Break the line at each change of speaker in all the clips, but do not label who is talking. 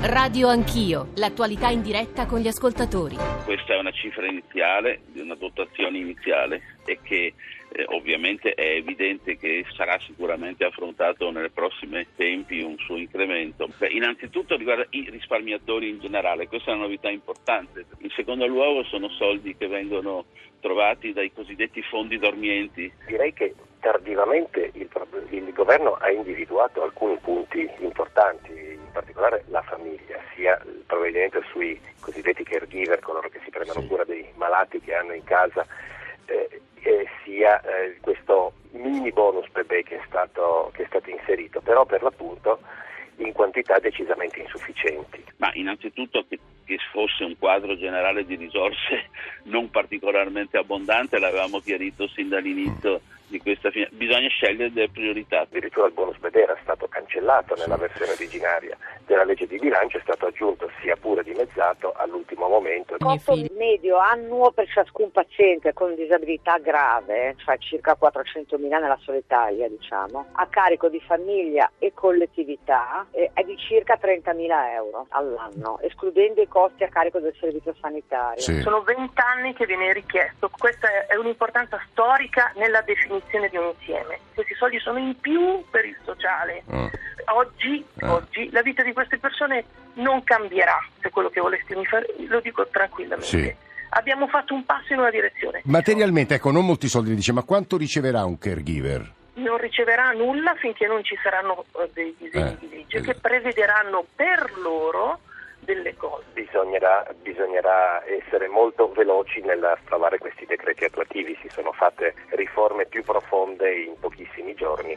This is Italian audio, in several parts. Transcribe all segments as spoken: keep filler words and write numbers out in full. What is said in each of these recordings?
Radio Anch'io, l'attualità in diretta con gli ascoltatori.
Questa è una cifra iniziale, una dotazione iniziale e che eh, ovviamente è evidente che sarà sicuramente affrontato nei prossimi tempi un suo incremento. Beh, innanzitutto riguarda i risparmiatori in generale, questa è una novità importante. In secondo luogo sono soldi che vengono trovati dai cosiddetti fondi dormienti.
Direi che tardivamente il, il governo ha individuato alcuni punti importanti, in particolare la famiglia, sia il provvedimento sui cosiddetti caregiver, coloro che si prendono sì. cura dei malati che hanno in casa, eh, e sia eh, questo mini bonus bebè che è stato, che è stato inserito, però per l'appunto in quantità decisamente insufficienti.
Ma innanzitutto che, che fosse un quadro generale di risorse non particolarmente abbondante, l'avevamo chiarito sin dall'inizio di questa fine. Bisogna scegliere delle priorità.
Addirittura il bonus bebè era stato cancellato nella versione originaria della legge di bilancio, è stato aggiunto sia pure dimezzato all'ultimo momento.
Il costo medio annuo per ciascun paziente con disabilità grave, cioè circa quattrocentomila nella sola Italia, diciamo, a carico di famiglia e collettività eh, è di circa trentamila euro all'anno, escludendo i costi a carico del servizio sanitario.
Sì. Sono vent'anni che viene richiesto, questa è un'importanza storica nella definizione di un insieme. Questi soldi sono in più per il sociale. Oh. Oggi, eh. oggi la vita di queste persone non cambierà, se quello che voleste mi fare, lo dico tranquillamente.
Sì.
Abbiamo fatto un passo in una direzione.
Materialmente, ecco, non molti soldi, dice, ma quanto riceverà un caregiver?
Non riceverà nulla finché non ci saranno uh, dei disegni eh. di legge eh. che prevederanno per loro delle cose.
Bisognerà, bisognerà essere molto veloci nell'approvare questi decreti attuativi, si sono fatte riforme più profonde in pochissimi giorni.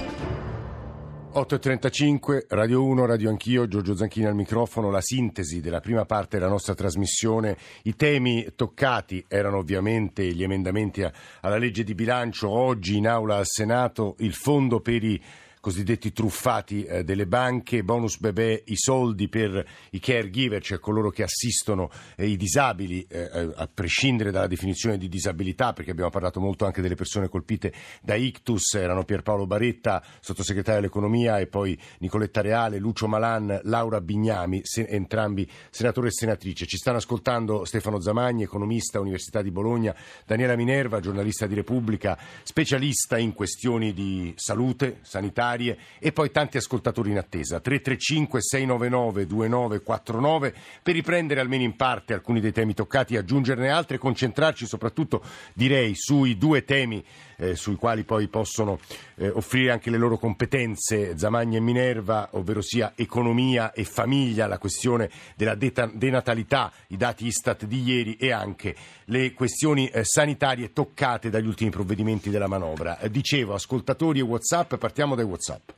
otto e trentacinque, Radio uno, Radio Anch'io, Giorgio Zanchini al microfono. La sintesi della prima parte della nostra trasmissione. I temi toccati erano ovviamente gli emendamenti a, alla legge di bilancio, oggi in aula al Senato il fondo per i cosiddetti truffati eh, delle banche, bonus bebè, i soldi per i caregiver, cioè coloro che assistono eh, i disabili, eh, a prescindere dalla definizione di disabilità, perché abbiamo parlato molto anche delle persone colpite da ictus, erano Pierpaolo Baretta, sottosegretario all'economia, e poi Nicoletta Reale, Lucio Malan, Laura Bignami, se, entrambi senatori e senatrice. Ci stanno ascoltando Stefano Zamagni, economista, Università di Bologna, Daniela Minerva, giornalista di Repubblica, specialista in questioni di salute, sanità, e poi tanti ascoltatori in attesa. Tre tre cinque sei nove nove due nove quattro nove per riprendere almeno in parte alcuni dei temi toccati, aggiungerne altri e concentrarci soprattutto, direi, sui due temi eh, sui quali poi possono eh, offrire anche le loro competenze Zamagni e Minerva, ovvero sia economia e famiglia, la questione della denatalità, i dati Istat di ieri, e anche le questioni eh, sanitarie toccate dagli ultimi provvedimenti della manovra. Eh, dicevo, ascoltatori e WhatsApp, partiamo dai WhatsApp.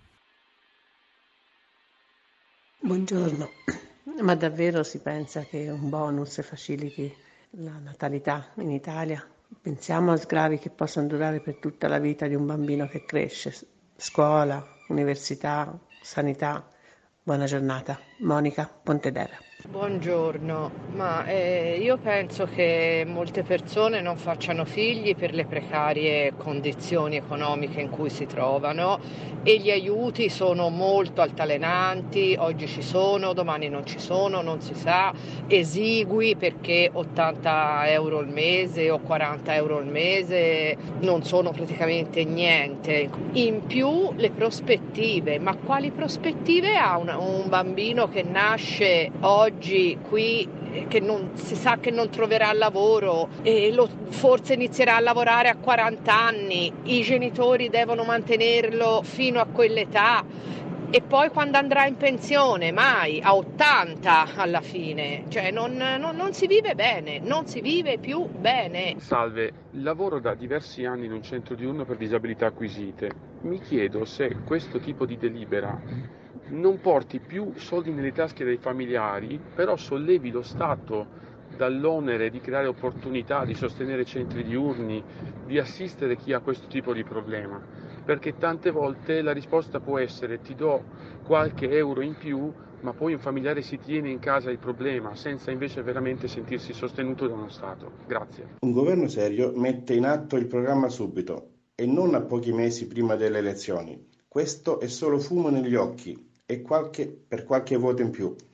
Buongiorno, ma davvero si pensa che un bonus faciliti la natalità in Italia? Pensiamo a sgravi che possono durare per tutta la vita di un bambino che cresce, scuola, università, sanità. Buona giornata. Monica Pontedera.
Buongiorno, ma eh, io penso che molte persone non facciano figli per le precarie condizioni economiche in cui si trovano, e gli aiuti sono molto altalenanti, oggi ci sono, domani non ci sono, non si sa, esigui, perché ottanta euro al mese o quaranta euro al mese non sono praticamente niente. In più le prospettive, ma quali prospettive ha una, un bambino che nasce oggi Oggi qui, che non si sa che non troverà lavoro e lo, forse inizierà a lavorare a quaranta anni, i genitori devono mantenerlo fino a quell'età, e poi quando andrà in pensione, mai, a ottanta alla fine, cioè non, non, non si vive bene, non si vive più bene.
Salve, lavoro da diversi anni in un centro diurno per disabilità acquisite. Mi chiedo se questo tipo di delibera non porti più soldi nelle tasche dei familiari, però sollevi lo Stato dall'onere di creare opportunità, di sostenere centri diurni, di assistere chi ha questo tipo di problema, perché tante volte la risposta può essere: ti do qualche euro in più, ma poi un familiare si tiene in casa il problema senza invece veramente sentirsi sostenuto da uno Stato. Grazie.
Un governo serio mette in atto il programma subito e non a pochi mesi prima delle elezioni. Questo è solo fumo negli occhi e qualche, per qualche voto in più.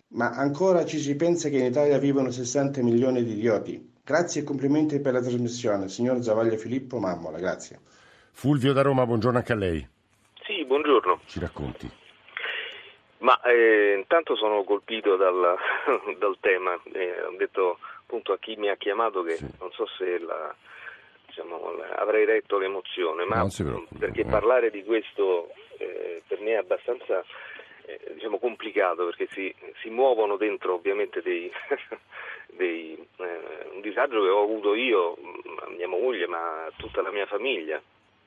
Ma ancora ci si pensa che in Italia vivono sessanta milioni di idioti. Grazie e complimenti per la trasmissione, signor Zavaglia Filippo Mammola, grazie.
Fulvio da Roma, buongiorno anche a lei.
Sì, buongiorno.
Ci racconti.
Ma eh, intanto sono colpito dal, dal tema, eh, ho detto appunto a chi mi ha chiamato che sì. non so se la, diciamo, la, avrei retto l'emozione, ma perché eh. parlare di questo eh, per me è abbastanza eh, diciamo complicato, perché si, si muovono dentro ovviamente dei, dei eh, un disagio che ho avuto io, mia moglie, ma tutta la mia famiglia,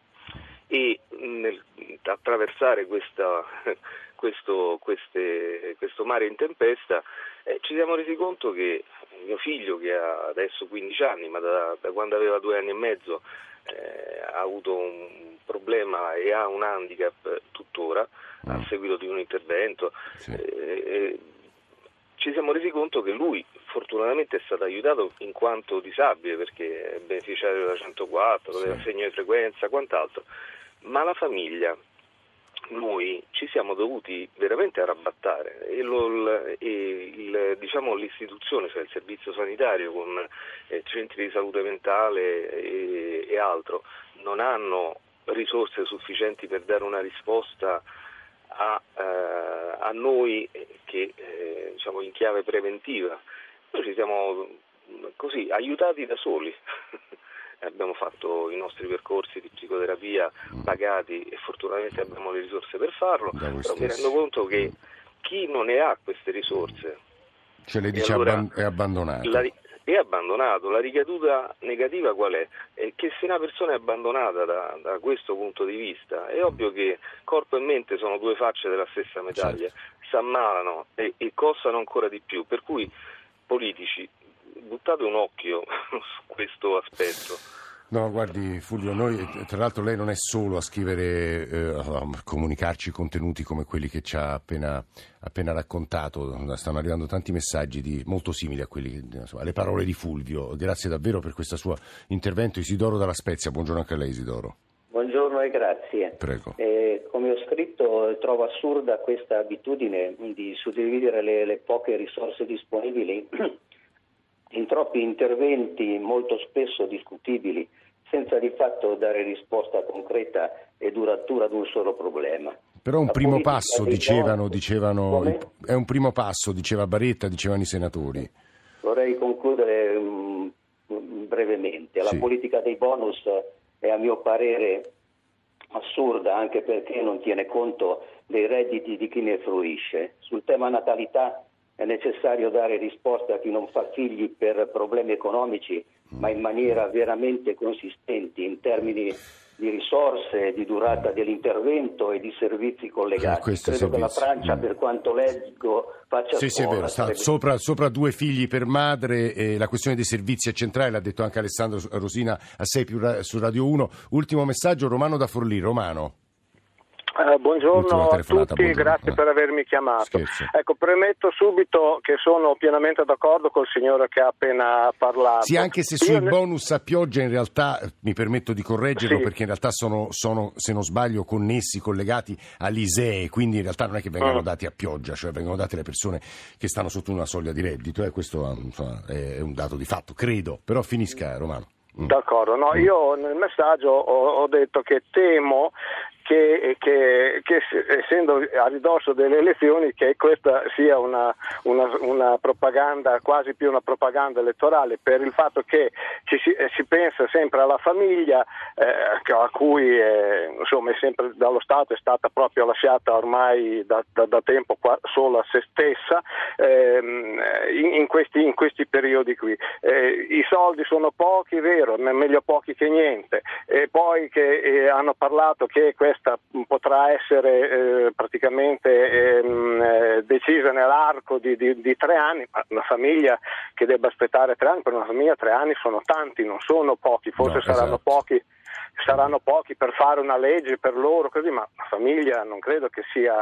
e nel attraversare questa Questo, queste, questo mare in tempesta eh, ci siamo resi conto che mio figlio, che ha adesso quindici anni, ma da, da quando aveva due anni e mezzo eh, ha avuto un problema e ha un handicap tuttora mm. a seguito di un intervento, sì. eh, eh, ci siamo resi conto che lui fortunatamente è stato aiutato in quanto disabile, perché è beneficiario della centoquattro, sì. dell'assegno di frequenza, quant'altro, ma la famiglia, noi ci siamo dovuti veramente arrabattare e, lo, e il, diciamo, l'istituzione, cioè il servizio sanitario con eh, centri di salute mentale e, e altro, non hanno risorse sufficienti per dare una risposta a, eh, a noi che eh, diciamo in chiave preventiva. Noi ci siamo così aiutati da soli. Abbiamo fatto i nostri percorsi di psicoterapia pagati e fortunatamente abbiamo le risorse per farlo, però stessi. Mi rendo conto che chi non ne ha queste risorse
ce le dice allora abban- è abbandonato.
La, è abbandonato. La ricaduta negativa qual è? È che se una persona è abbandonata da, da questo punto di vista, è ovvio che corpo e mente sono due facce della stessa medaglia, certo. si ammalano e, e costano ancora di più, per cui politici, buttate un occhio su questo aspetto.
No, guardi Fulvio, noi tra l'altro lei non è solo a scrivere, eh, a comunicarci contenuti come quelli che ci ha appena, appena raccontato, stanno arrivando tanti messaggi di, molto simili a quelli, insomma, alle parole di Fulvio. Grazie davvero per questo suo intervento. Isidoro dalla Spezia, buongiorno anche a lei Isidoro.
Buongiorno e grazie.
Prego.
Eh, come ho scritto, trovo assurda questa abitudine di suddividere le, le poche risorse disponibili in troppi interventi molto spesso discutibili, senza di fatto dare risposta concreta e duratura ad un solo problema.
Però un
La
primo
politica
passo,
dei
dicevano,
bonus,
dicevano
come?
è un primo passo, diceva Baretta, dicevano i senatori.
Vorrei concludere um, brevemente. La
sì.
politica dei bonus è a mio parere assurda, anche perché non tiene conto dei redditi di chi ne fruisce. Sul tema natalità è necessario dare risposta a chi non fa figli per problemi economici, ma in maniera veramente consistenti in termini di risorse, di durata dell'intervento e di servizi collegati.
Eh,
Credo che la Francia, mm. per quanto leggo, faccia
sì,
scuola.
Sì, è vero, sta sopra, sopra due figli per madre, e la questione dei servizi è centrale, l'ha detto anche Alessandro Rosina a sei più su Radio uno. Ultimo messaggio, Romano da Forlì. Romano.
Uh, buongiorno a tutti,
buongiorno.
grazie
eh.
per avermi chiamato.
Scherzo.
Ecco, premetto subito che sono pienamente d'accordo col signore che ha appena parlato.
Sì, anche se
Io
sui
ne...
bonus a pioggia in realtà, mi permetto di correggerlo,
sì.
perché in realtà sono, sono, se non sbaglio, connessi, collegati all'I S E E, quindi in realtà non è che vengano mm. dati a pioggia, cioè vengono date alle persone che stanno sotto una soglia di reddito, e eh, questo insomma, è un dato di fatto, credo, però finisca Romano. Mm.
D'accordo, no, io nel messaggio ho, ho detto che temo Che, che, che essendo a ridosso delle elezioni, che questa sia una, una, una propaganda, quasi più una propaganda elettorale, per il fatto che ci si, si pensa sempre alla famiglia, eh, a cui eh, insomma è sempre dallo Stato è stata proprio lasciata ormai da, da, da tempo qua, solo a se stessa, ehm, in, in, questi, in questi periodi qui. Eh, I soldi sono pochi, vero, meglio pochi che niente, e poi che eh, hanno parlato che questa potrà essere eh, praticamente ehm, eh, decisa nell'arco di, di, di tre anni, ma una famiglia che debba aspettare tre anni, per una famiglia tre anni sono tanti, non sono pochi, forse no, saranno esatto. pochi saranno pochi per fare una legge per loro, così, ma la famiglia non credo che sia,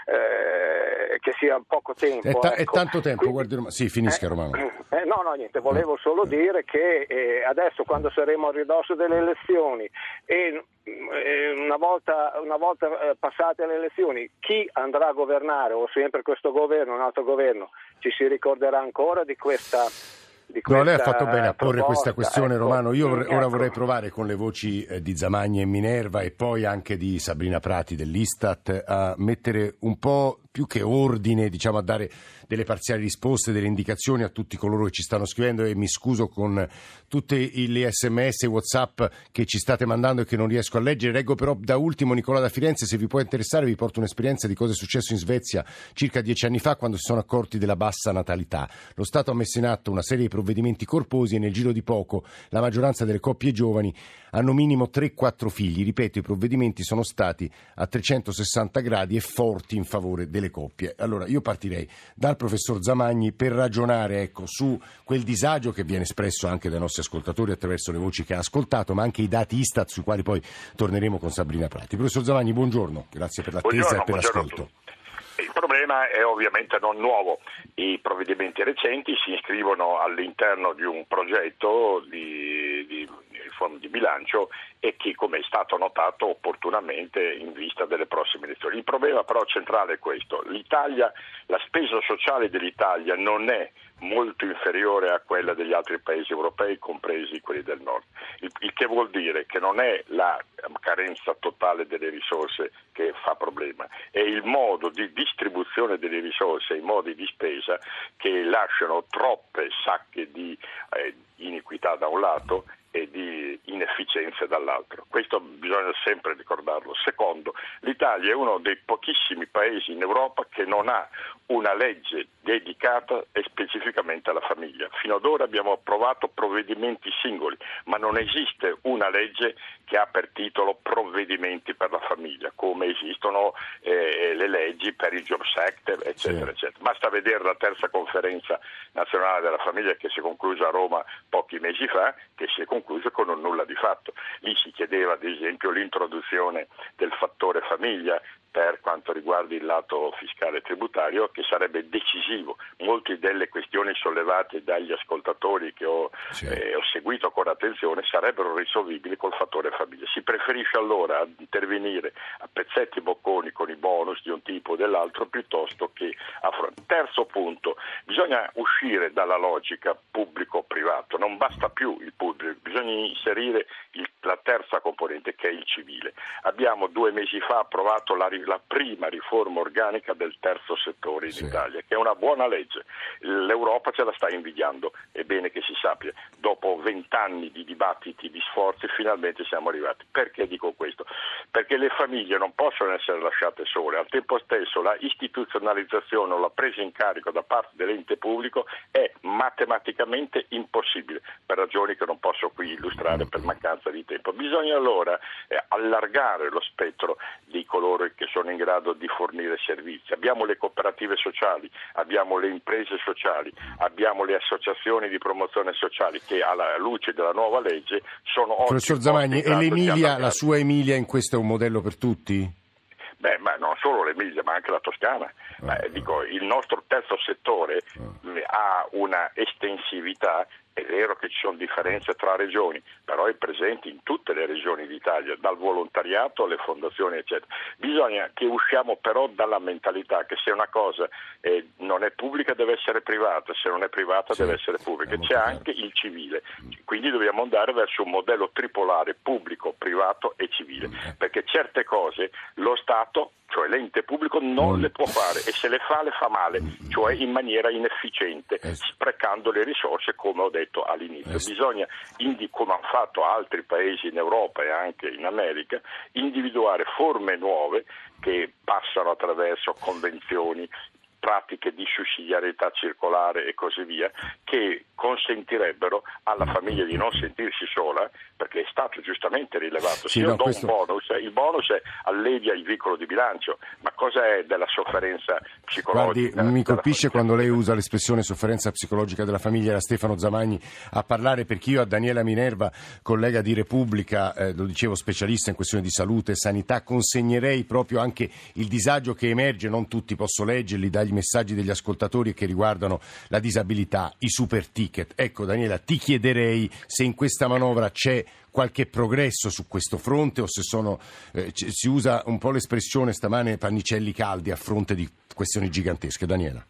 eh, che sia poco tempo.
È, ta-
ecco.
è tanto tempo,
Quindi,
guardi, sì, finisca
eh,
Romano.
Eh, no, no, niente, volevo solo dire che eh, adesso quando saremo a ridosso delle elezioni e eh, una volta, una volta eh, passate le elezioni, chi andrà a governare, o sempre questo governo o un altro governo, ci si ricorderà ancora di questa...
No, lei ha fatto bene a porre
proposta,
questa questione,
ecco.
Romano. Io vorrei, ora
Ecco.
vorrei provare con le voci eh, di Zamagni e Minerva e poi anche di Sabrina Prati dell'Istat a mettere un po' più che ordine, diciamo, a dare delle parziali risposte, delle indicazioni a tutti coloro che ci stanno scrivendo, e mi scuso con tutti gli sms e WhatsApp che ci state mandando e che non riesco a leggere. Leggo però da ultimo Nicola da Firenze: se vi può interessare vi porto un'esperienza di cosa è successo in Svezia circa dieci anni fa, quando si sono accorti della bassa natalità. Lo Stato ha messo in atto una serie di provvedimenti corposi e nel giro di poco la maggioranza delle coppie giovani hanno minimo tre quattro figli. Ripeto, i provvedimenti sono stati a trecentosessanta gradi e forti in favore delle coppie. Allora io partirei dal professor Zamagni per ragionare, ecco, su quel disagio che viene espresso anche dai nostri ascoltatori attraverso le voci che ha ascoltato, ma anche i dati Istat sui quali poi torneremo con Sabrina Prati. Professor Zamagni, buongiorno, grazie per l'attesa
buongiorno,
e per
buongiorno
l'ascolto.
Il problema è ovviamente non nuovo. I provvedimenti recenti si iscrivono all'interno di un progetto di, di riforma di bilancio e che, come è stato notato opportunamente, in vista delle prossime elezioni. Il problema però centrale è questo: l'Italia, la spesa sociale dell'Italia non è molto inferiore a quella degli altri paesi europei, compresi quelli del nord, il, il che vuol dire che non è la carenza totale delle risorse che fa problema, è il modo di distribuzione delle risorse, i modi di spesa che lasciano troppe sacche di eh, iniquità da un lato e di inefficienze dall'altro. Questo bisogna sempre ricordarlo. Secondo, l'Italia è uno dei pochissimi paesi in Europa che non ha una legge dedicata specificamente alla famiglia. Fino ad ora abbiamo approvato provvedimenti singoli, ma non esiste una legge che ha per titolo provvedimenti per la famiglia, come esistono eh, le leggi per il Jobs Act, eccetera, sì. eccetera. Basta vedere la terza conferenza nazionale della famiglia che si è conclusa a Roma pochi mesi fa, che si è conclusa con un nulla di fatto. Lì si chiedeva ad esempio l'introduzione del fattore famiglia per quanto riguarda il lato fiscale e tributario, che sarebbe decisivo. Molte delle questioni sollevate dagli ascoltatori che ho, sì. eh, ho seguito con attenzione sarebbero risolvibili col fattore famiglia. Si preferisce allora intervenire a pezzetti bocconi con i bonus di un tipo o dell'altro piuttosto che affrontare. Terzo punto, bisogna uscire dalla logica pubblico-privato, non basta più il pubblico, bisogna inserire il, la terza componente, che è il civile. Abbiamo due mesi fa approvato la la prima riforma organica del terzo settore in sì. Italia, che è una buona legge. L'Europa ce la sta invidiando, è bene che si sappia. Dopo vent'anni di dibattiti, di sforzi, finalmente siamo arrivati. Perché dico questo? Perché le famiglie non possono essere lasciate sole. Al tempo stesso la istituzionalizzazione o la presa in carico da parte dell'ente pubblico è matematicamente impossibile, per ragioni che non posso qui illustrare per mancanza di tempo. Bisogna allora eh, allargare lo spettro di coloro che sono in grado di fornire servizi. Abbiamo le cooperative sociali, abbiamo le imprese sociali, abbiamo le associazioni di promozione sociale che alla luce della nuova legge sono oggi... Professor
Zamagni, e l'Emilia, la sua Emilia in questo è un modello per tutti?
Beh, ma non solo l'Emilia, ma anche la Toscana. Ma, eh, dico, il nostro terzo settore eh, ha una estensività. È vero che ci sono differenze tra regioni, però è presente in tutte le regioni d'Italia, dal volontariato alle fondazioni, eccetera. Bisogna che usciamo però dalla mentalità che se una cosa eh, non è pubblica deve essere privata, se non è privata sì, deve essere pubblica. C'è anche il civile, quindi dobbiamo andare verso un modello tripolare, pubblico, privato e civile, perché certe cose lo Stato, cioè l'ente pubblico, non le può fare, e se le fa le fa male, cioè in maniera inefficiente, sprecando le risorse, come ho detto all'inizio. Bisogna, come hanno fatto altri paesi in Europa e anche in America, individuare forme nuove che passano attraverso convenzioni, pratiche di sussidiarietà circolare e così via, che consentirebbero alla famiglia di non sentirsi sola, perché è stato giustamente rilevato.
Sì,
se io
no,
do
questo...
un bonus, il bonus allevia il vincolo di bilancio, ma cosa è della sofferenza psicologica?
Guardi, mi colpisce quando lei usa l'espressione sofferenza psicologica della famiglia. Era Stefano Zamagni a parlare, perché io a Daniela Minerva, collega di Repubblica, eh, lo dicevo, specialista in questioni di salute e sanità, consegnerei proprio anche il disagio che emerge, non tutti posso leggerli, dagli messaggi degli ascoltatori che riguardano la disabilità, i super ticket. Ecco Daniela, ti chiederei se in questa manovra c'è qualche progresso su questo fronte o se sono, eh, c- si usa un po' l'espressione stamane pannicelli caldi a fronte di questioni gigantesche. Daniela.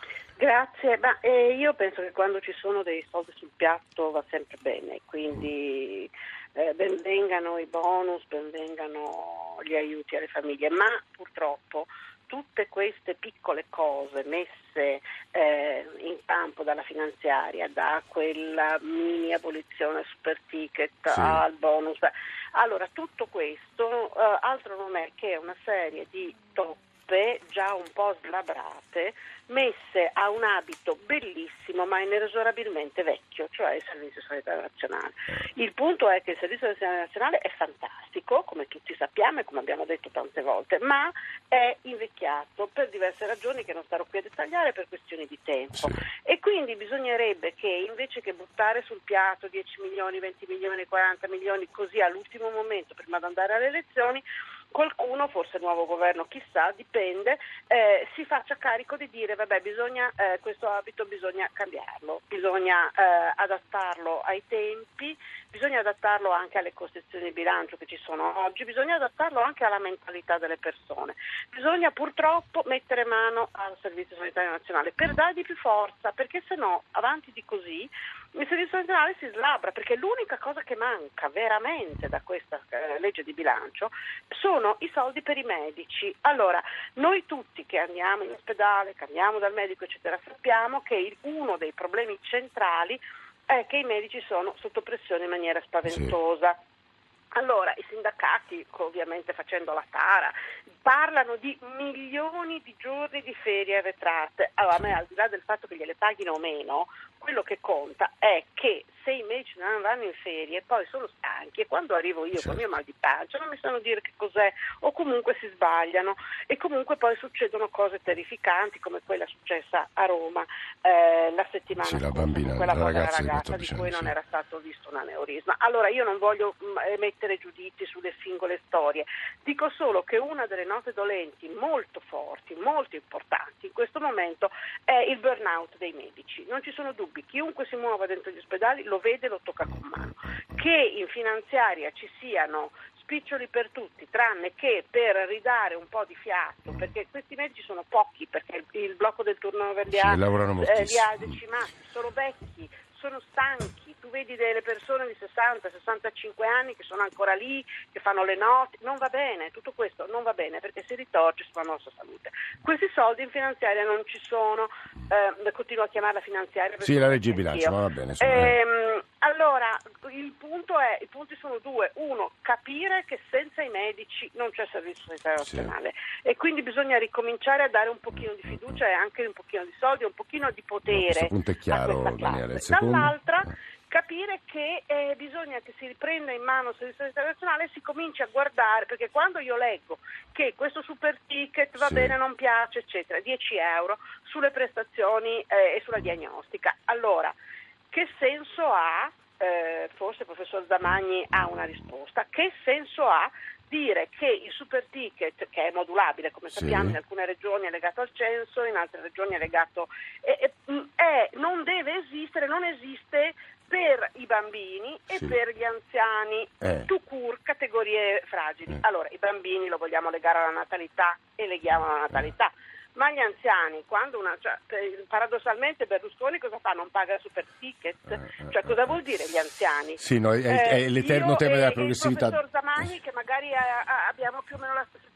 Grazie, ma eh, io penso che quando ci sono dei soldi sul piatto va sempre bene, quindi eh, benvengano i bonus, benvengano gli aiuti alle famiglie, ma purtroppo tutte queste piccole cose messe eh, in campo dalla finanziaria, da quella mini abolizione super ticket sì. al bonus, allora tutto questo eh, altro non è che una serie di toppe già un po' slabrate messe a un abito bellissimo ma inesorabilmente vecchio, cioè il Servizio Sanitario Nazionale. Il punto è che il Servizio Sanitario Nazionale è fantastico, come tutti sappiamo e come abbiamo detto tante volte, ma è invecchiato per diverse ragioni che non starò qui a dettagliare per questioni di tempo. Sì. E quindi bisognerebbe che invece che buttare sul piatto dieci milioni, venti milioni, quaranta milioni così all'ultimo momento prima di andare alle elezioni, qualcuno, forse il nuovo governo, chissà, dipende, eh, si faccia carico di dire vabbè bisogna eh, questo abito bisogna cambiarlo, bisogna eh, adattarlo ai tempi, bisogna adattarlo anche alle costrizioni di bilancio che ci sono oggi, bisogna adattarlo anche alla mentalità delle persone, bisogna purtroppo mettere mano al Servizio Sanitario Nazionale per dargli più forza, perché se no avanti di così il Servizio Nazionale si slabra, perché l'unica cosa che manca veramente da questa eh, legge di bilancio sono i soldi per i medici. Allora, noi tutti che andiamo in ospedale, che andiamo dal medico eccetera, sappiamo che il, uno dei problemi centrali è che i medici sono sotto pressione in maniera spaventosa. Sì. Allora, i sindacati, ovviamente facendo la tara, parlano di milioni di giorni di ferie arretrate. Allora, a me, al di là del fatto che gliele paghino o meno, quello che conta è che se i medici non vanno in ferie poi sono stanchi e quando arrivo io certo. con il mio mal di pancia non mi sanno dire che cos'è o comunque si sbagliano e comunque poi succedono cose terrificanti come quella successa a Roma eh, la settimana
sì,
scorsa,
la bambina,
quella
la ragazza,
ragazza di, di cui
sì.
non era stato visto un aneurisma. Allora io non voglio mh, emettere giudizi sulle singole storie, dico solo che una delle note dolenti molto forti, molto importanti in questo momento è il burnout dei medici. Non ci sono dubbi, chiunque si muova dentro gli ospedali lo vede, lo tocca con mano. Che in finanziaria ci siano spiccioli per tutti, tranne che per ridare un po' di fiato, perché questi medici sono pochi, perché il, il blocco del turnover li ha,
sì,
eh, li ha decimati, sono vecchi, sono stanchi, tu vedi delle persone di sessanta sessantacinque anni che sono ancora lì, che fanno le notti, non va bene, tutto questo non va bene perché si ritorce sulla nostra salute. Questi soldi in finanziaria non ci sono, eh, continuo a chiamarla finanziaria.
Sì, la legge di bilancio, ma va bene. Insomma,
ehm, allora, il punto è, i punti sono due. Uno, capire che senza i medici non c'è servizio sanitario nazionale sì. e quindi bisogna ricominciare a dare un pochino di fiducia e anche un pochino di soldi, un pochino di potere. No, questo
punto è chiaro, Daniele.
Dall'altra, capire che eh, bisogna che si riprenda in mano il servizio sanitario nazionale e si cominci a guardare, perché quando io leggo che questo super ticket va sì. bene, non piace, eccetera, dieci euro sulle prestazioni eh, e sulla diagnostica, allora che senso ha, eh, forse il professor Zamagni ha una risposta, che senso ha dire che il super ticket, che è modulabile come sappiamo sì. in alcune regioni è legato al censo, in altre regioni è legato, è, è, non deve esistere, non esiste per i bambini e sì. per gli anziani,
eh.
tout court, categorie fragili.
Eh.
Allora, i bambini lo vogliamo legare alla natalità e leghiamo alla natalità. Eh. Ma gli anziani, quando una, cioè, paradossalmente Berlusconi cosa fa? Non paga il super ticket? Cioè cosa vuol dire gli anziani?
Sì, no, è, è l'eterno
eh,
tema della
e
progressività.
Il professor Zamagni, che magari ha, ha, abbiamo più o meno la stessa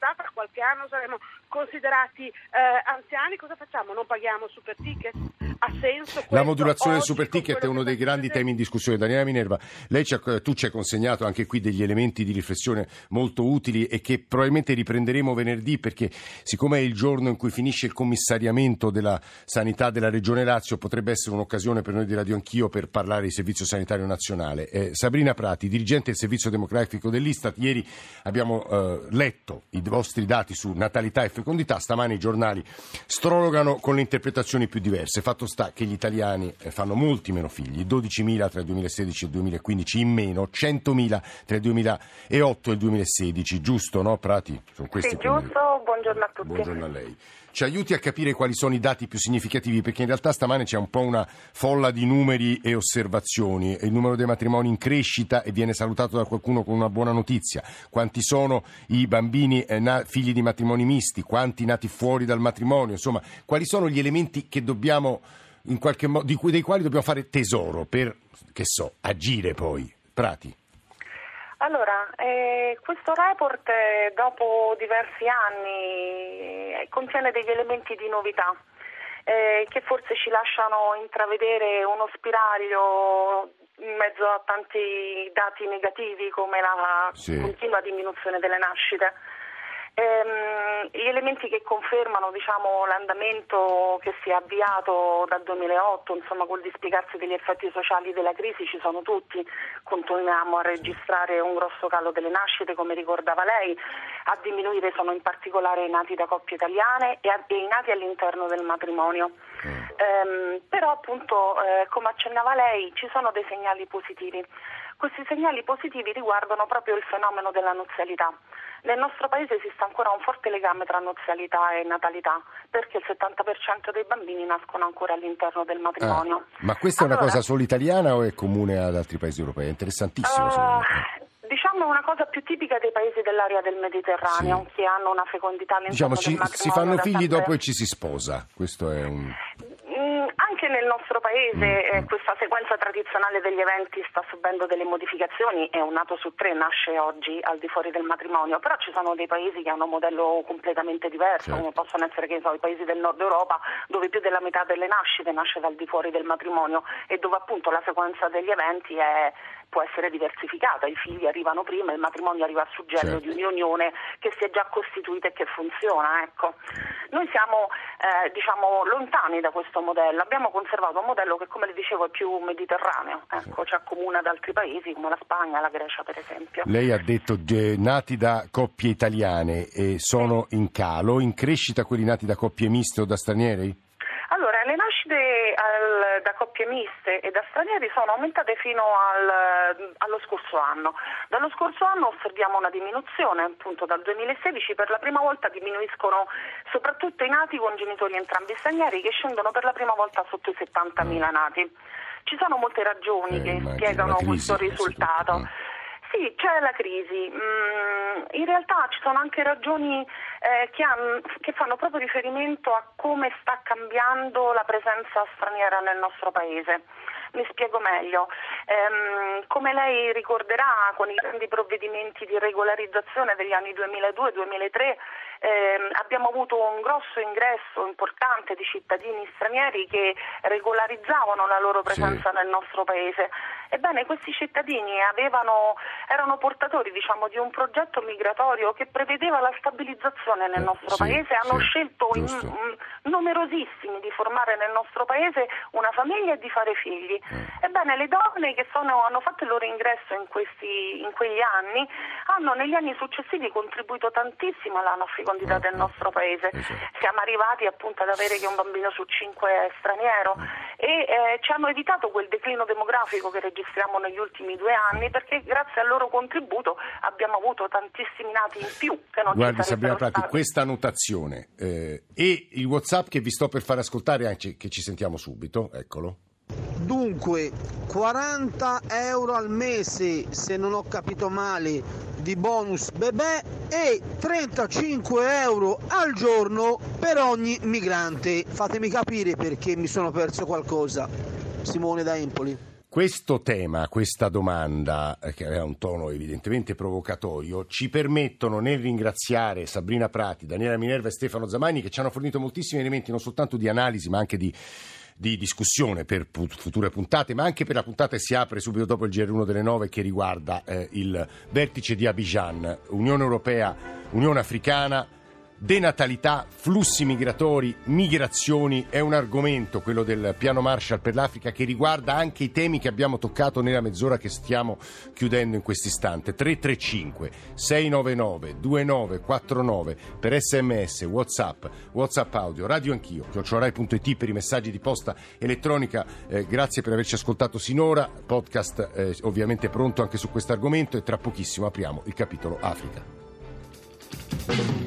chissà, tra qualche anno saremo considerati eh, anziani, cosa facciamo? Non paghiamo super ticket? Ha senso?
La modulazione del super ticket è uno dei grandi temi in discussione. Daniela Minerva, lei ci ha, tu ci hai consegnato anche qui degli elementi di riflessione molto utili e che probabilmente riprenderemo venerdì, perché siccome è il giorno in cui finisce il commissariamento della sanità della Regione Lazio, potrebbe essere un'occasione per noi di Radio Anch'io per parlare di Servizio Sanitario Nazionale. Eh, Sabrina Prati, dirigente del Servizio Demografico dell'Istat, ieri abbiamo eh, letto i vostri dati su natalità e fecondità, stamani i giornali strologano con le interpretazioni più diverse. Fatto sta che gli italiani fanno molti meno figli, dodicimila tra il duemilasedici e il duemilaquindici in meno, centomila tra il duemilaotto e il duemilasedici, giusto, no Prati? Sono questi
sì, giusto, buongiorno a tutti.
Buongiorno a lei. Ci aiuti a capire quali sono i dati più significativi, perché in realtà stamane c'è un po' una folla di numeri e osservazioni. Il numero dei matrimoni in crescita e viene salutato da qualcuno con una buona notizia. Quanti sono i bambini eh, na- figli di matrimoni misti? Quanti nati fuori dal matrimonio? Insomma, quali sono gli elementi che dobbiamo, in qualche modo, di cui, dei quali dobbiamo fare tesoro per, che so, agire poi? Prati.
Allora, eh, questo report eh, dopo diversi anni eh, contiene degli elementi di novità eh, che forse ci lasciano intravedere uno spiraglio in mezzo a tanti dati negativi come la sì. continua diminuzione delle nascite. Ehm, gli elementi che confermano diciamo, l'andamento che si è avviato dal duemilaotto, insomma col dispiegarsi degli effetti sociali della crisi ci sono tutti, continuiamo a registrare un grosso calo delle nascite come ricordava lei, a diminuire sono in particolare i nati da coppie italiane e, a, e i nati all'interno del matrimonio. Ehm, però appunto eh, come accennava lei ci sono dei segnali positivi. Questi segnali positivi riguardano proprio il fenomeno della nuzialità. Nel nostro paese esiste ancora un forte legame tra nuzialità e natalità, perché il settanta per cento dei bambini nascono ancora all'interno del matrimonio.
Ah, ma questa allora, è una cosa solo italiana o è comune ad altri paesi europei? È interessantissimo. Uh,
diciamo una cosa più tipica dei paesi dell'area del Mediterraneo, sì. che hanno una fecondità all'interno
diciamo,
del
ci,
matrimonio.
Si fanno figli
tante...
dopo e ci si sposa, questo è un...
Anche nel nostro paese eh, questa sequenza tradizionale degli eventi sta subendo delle modificazioni e un nato su tre nasce oggi al di fuori del matrimonio, però ci sono dei paesi che hanno un modello completamente diverso, certo. come possono essere che so, i paesi del nord Europa dove più della metà delle nascite nasce dal di fuori del matrimonio e dove appunto la sequenza degli eventi è può essere diversificata, i figli arrivano prima, il matrimonio arriva a suggello certo. di un'unione che si è già costituita e che funziona. Ecco. Noi siamo eh, diciamo lontani da questo modello, abbiamo conservato un modello che come le dicevo è più mediterraneo, ecco, ci accomuna ad altri paesi come la Spagna, la Grecia per esempio.
Lei ha detto eh, nati da coppie italiane e sono in calo, in crescita quelli nati da coppie miste o da stranieri?
Allora, le nascite al, da coppie miste e da stranieri sono aumentate fino al, allo scorso anno. Dallo scorso anno osserviamo una diminuzione, appunto dal duemilasedici per la prima volta diminuiscono soprattutto i nati con genitori entrambi stranieri che scendono per la prima volta sotto i settantamila nati. Ci sono molte ragioni eh, che spiegano questo risultato. Sì, c'è la crisi. Mm, in realtà ci sono anche ragioni eh, che, han, che fanno proprio riferimento a come sta cambiando la presenza straniera nel nostro paese. Mi spiego meglio. Ehm, come lei ricorderà, con i grandi provvedimenti di regolarizzazione degli anni duemiladue duemilatré ehm, abbiamo avuto un grosso ingresso importante di cittadini stranieri che regolarizzavano la loro presenza sì. nel nostro paese. Ebbene, questi cittadini avevano, erano portatori diciamo, di un progetto migratorio che prevedeva la stabilizzazione nel nostro sì, paese, hanno sì, scelto in, in, numerosissimi di formare nel nostro paese una famiglia e di fare figli. Ebbene, le donne che sono, hanno fatto il loro ingresso in, questi, in quegli anni hanno negli anni successivi contribuito tantissimo alla fecondità del nostro paese. Siamo arrivati appunto ad avere che un bambino su cinque è straniero e eh, ci hanno evitato quel declino demografico che registriamo negli ultimi due anni perché grazie al loro contributo abbiamo avuto tantissimi nati in più che non
Guardi,
ci
Sabrina
Prati,
stati. Questa annotazione eh, e il WhatsApp che vi sto per fare ascoltare, anche che ci sentiamo subito, eccolo.
Dunque, quaranta euro al mese, se non ho capito male, di bonus bebè e trentacinque euro al giorno per ogni migrante. Fatemi capire perché mi sono perso qualcosa. Simone da Empoli.
Questo tema, questa domanda, che aveva un tono evidentemente provocatorio, ci permettono nel ringraziare Sabrina Prati, Daniela Minerva e Stefano Zamagni, che ci hanno fornito moltissimi elementi non soltanto di analisi ma anche di, di discussione per future puntate, ma anche per la puntata che si apre subito dopo il G R uno delle nove, che riguarda eh, il vertice di Abidjan, Unione Europea, Unione Africana. Denatalità, flussi migratori, migrazioni è un argomento, quello del piano Marshall per l'Africa, che riguarda anche i temi che abbiamo toccato nella mezz'ora che stiamo chiudendo in quest'istante. tre tre cinque sei nove nove due nove quattro nove per sms, whatsapp, whatsapp audio, radio anch'io, chiocciorai punto it per i messaggi di posta elettronica. Eh, grazie per averci ascoltato sinora. Podcast eh, ovviamente pronto anche su questo argomento, e tra pochissimo apriamo il capitolo Africa.